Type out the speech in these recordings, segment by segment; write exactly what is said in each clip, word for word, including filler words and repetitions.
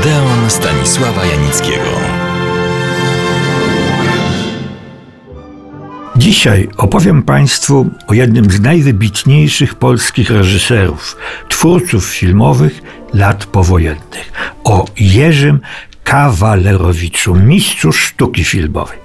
Odeon Stanisława Janickiego. Dzisiaj opowiem Państwu o jednym z najwybitniejszych polskich reżyserów, twórców filmowych lat powojennych, o Jerzym Kawalerowiczu, mistrzu sztuki filmowej.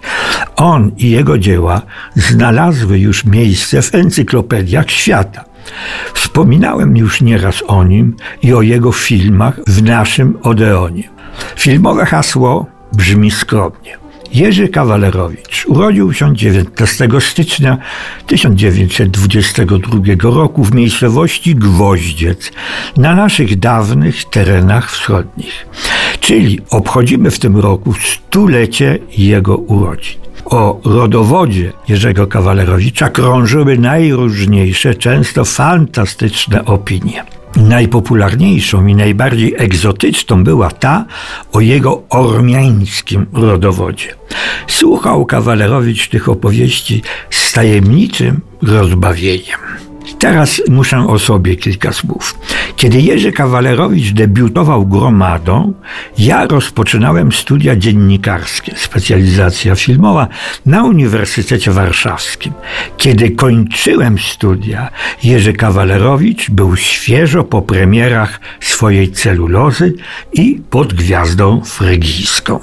On i jego dzieła znalazły już miejsce w encyklopediach świata. Wspominałem już nieraz o nim i o jego filmach w naszym Odeonie. Filmowe hasło brzmi skromnie. Jerzy Kawalerowicz urodził się dziewiętnastego stycznia tysiąc dziewięćset dwudziestego drugiego roku w miejscowości Gwoździec na naszych dawnych terenach wschodnich. Czyli obchodzimy w tym roku stulecie jego urodzin. O rodowodzie Jerzego Kawalerowicza krążyły najróżniejsze, często fantastyczne opinie. Najpopularniejszą i najbardziej egzotyczną była ta o jego ormiańskim rodowodzie. Słuchał Kawalerowicz tych opowieści z tajemniczym rozbawieniem. Teraz muszę o sobie kilka słów. Kiedy Jerzy Kawalerowicz debiutował Gromadą, ja rozpoczynałem studia dziennikarskie, specjalizacja filmowa na Uniwersytecie Warszawskim. Kiedy kończyłem studia, Jerzy Kawalerowicz był świeżo po premierach swojej celulozy i pod gwiazdą frygijską.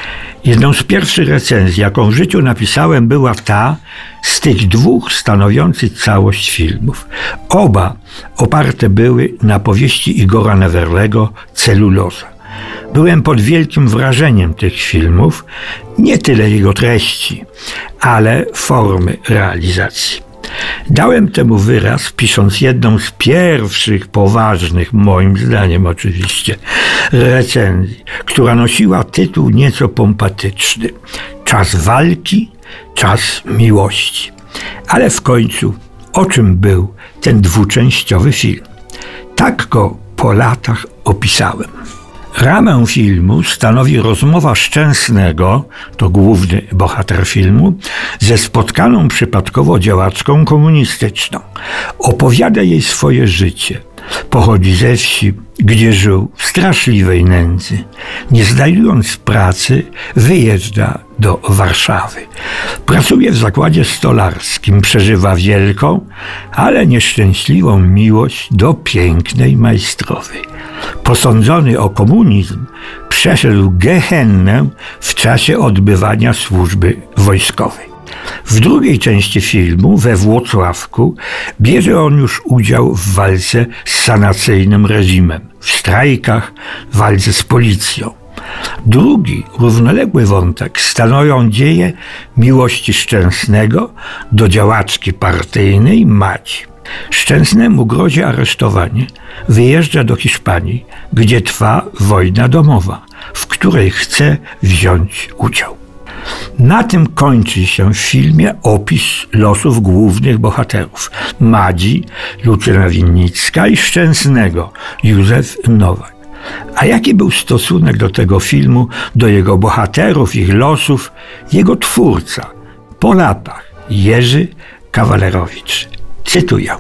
Jedną z pierwszych recenzji, jaką w życiu napisałem, była ta z tych dwóch stanowiących całość filmów. Oba oparte były na powieści Igora Newerlego Celuloza. Byłem pod wielkim wrażeniem tych filmów, nie tyle jego treści, ale formy realizacji. Dałem temu wyraz, pisząc jedną z pierwszych poważnych, moim zdaniem oczywiście, recenzji, która nosiła tytuł nieco pompatyczny. Czas walki, czas miłości. Ale w końcu, o czym był ten dwuczęściowy film? Tak go po latach opisałem. Ramę filmu stanowi rozmowa Szczęsnego, to główny bohater filmu, ze spotkaną przypadkowo działaczką komunistyczną. Opowiada jej swoje życie. Pochodzi ze wsi, gdzie żył w straszliwej nędzy. Nie znajdując pracy, wyjeżdża do Warszawy. Pracuje w zakładzie stolarskim, przeżywa wielką, ale nieszczęśliwą miłość do pięknej majstrowej. Posądzony o komunizm, przeszedł gehennę w czasie odbywania służby wojskowej. W drugiej części filmu, we Włocławku, bierze on już udział w walce z sanacyjnym reżimem, w strajkach, walce z policją. Drugi, równoległy wątek stanowią dzieje miłości Szczęsnego do działaczki partyjnej Madzi. Szczęsnemu grozi aresztowanie, wyjeżdża do Hiszpanii, gdzie trwa wojna domowa, w której chce wziąć udział. Na tym kończy się w filmie opis losów głównych bohaterów Madzi, Lucyna Winnicka i Szczęsnego, Józef Nowak. A jaki był stosunek do tego filmu, do jego bohaterów, ich losów, jego twórca, po latach, Jerzy Kawalerowicz? Cytuję.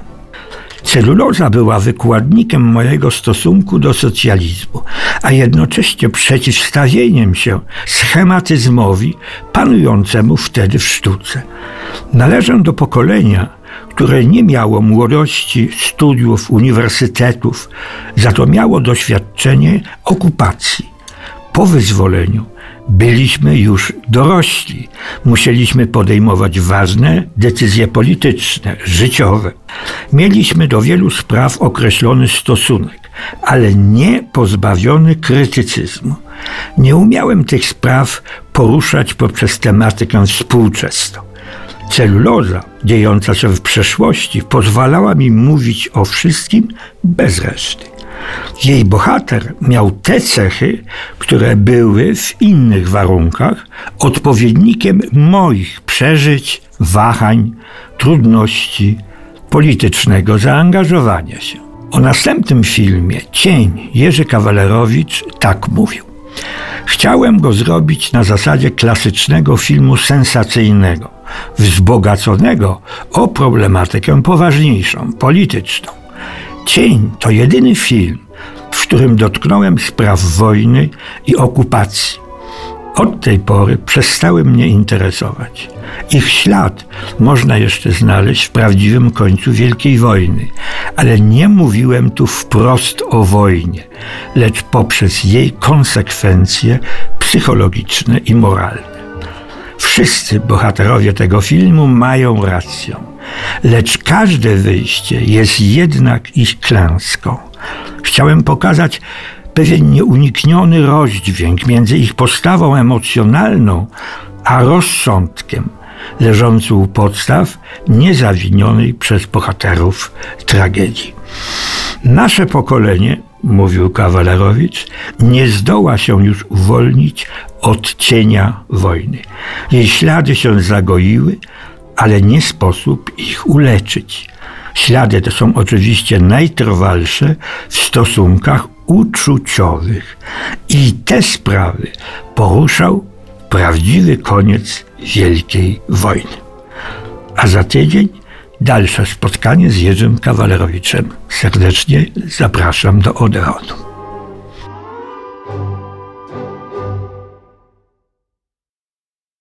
Celuloza była wykładnikiem mojego stosunku do socjalizmu, a jednocześnie przeciwstawieniem się schematyzmowi panującemu wtedy w sztuce. Należę do pokolenia, które nie miało młodości, studiów, uniwersytetów, za to miało doświadczenie okupacji. Po wyzwoleniu byliśmy już dorośli. Musieliśmy podejmować ważne decyzje polityczne, życiowe. Mieliśmy do wielu spraw określony stosunek, ale nie pozbawiony krytycyzmu. Nie umiałem tych spraw poruszać poprzez tematykę współczesną. Celuloza, dziejąca się w przeszłości, pozwalała mi mówić o wszystkim bez reszty. Jej bohater miał te cechy, które były w innych warunkach odpowiednikiem moich przeżyć, wahań, trudności, politycznego zaangażowania się. O następnym filmie Cień Jerzy Kawalerowicz tak mówił. Chciałem go zrobić na zasadzie klasycznego filmu sensacyjnego, wzbogaconego o problematykę poważniejszą, polityczną. Cień to jedyny film, w którym dotknąłem spraw wojny i okupacji. Od tej pory przestały mnie interesować. Ich ślad można jeszcze znaleźć w prawdziwym końcu Wielkiej Wojny, ale nie mówiłem tu wprost o wojnie, lecz poprzez jej konsekwencje psychologiczne i moralne. Wszyscy bohaterowie tego filmu mają rację, lecz każde wyjście jest jednak ich klęską. Chciałem pokazać pewien nieunikniony rozdźwięk między ich postawą emocjonalną a rozsądkiem leżący u podstaw niezawinionej przez bohaterów tragedii. Nasze pokolenie, mówił Kawalerowicz, nie zdoła się już uwolnić od cienia wojny. Jej ślady się zagoiły, ale nie sposób ich uleczyć. Ślady te są oczywiście najtrwalsze w stosunkach uczuciowych. I te sprawy poruszał prawdziwy koniec Wielkiej Wojny. A za tydzień dalsze spotkanie z Jerzym Kawalerowiczem. Serdecznie zapraszam do Odeonu.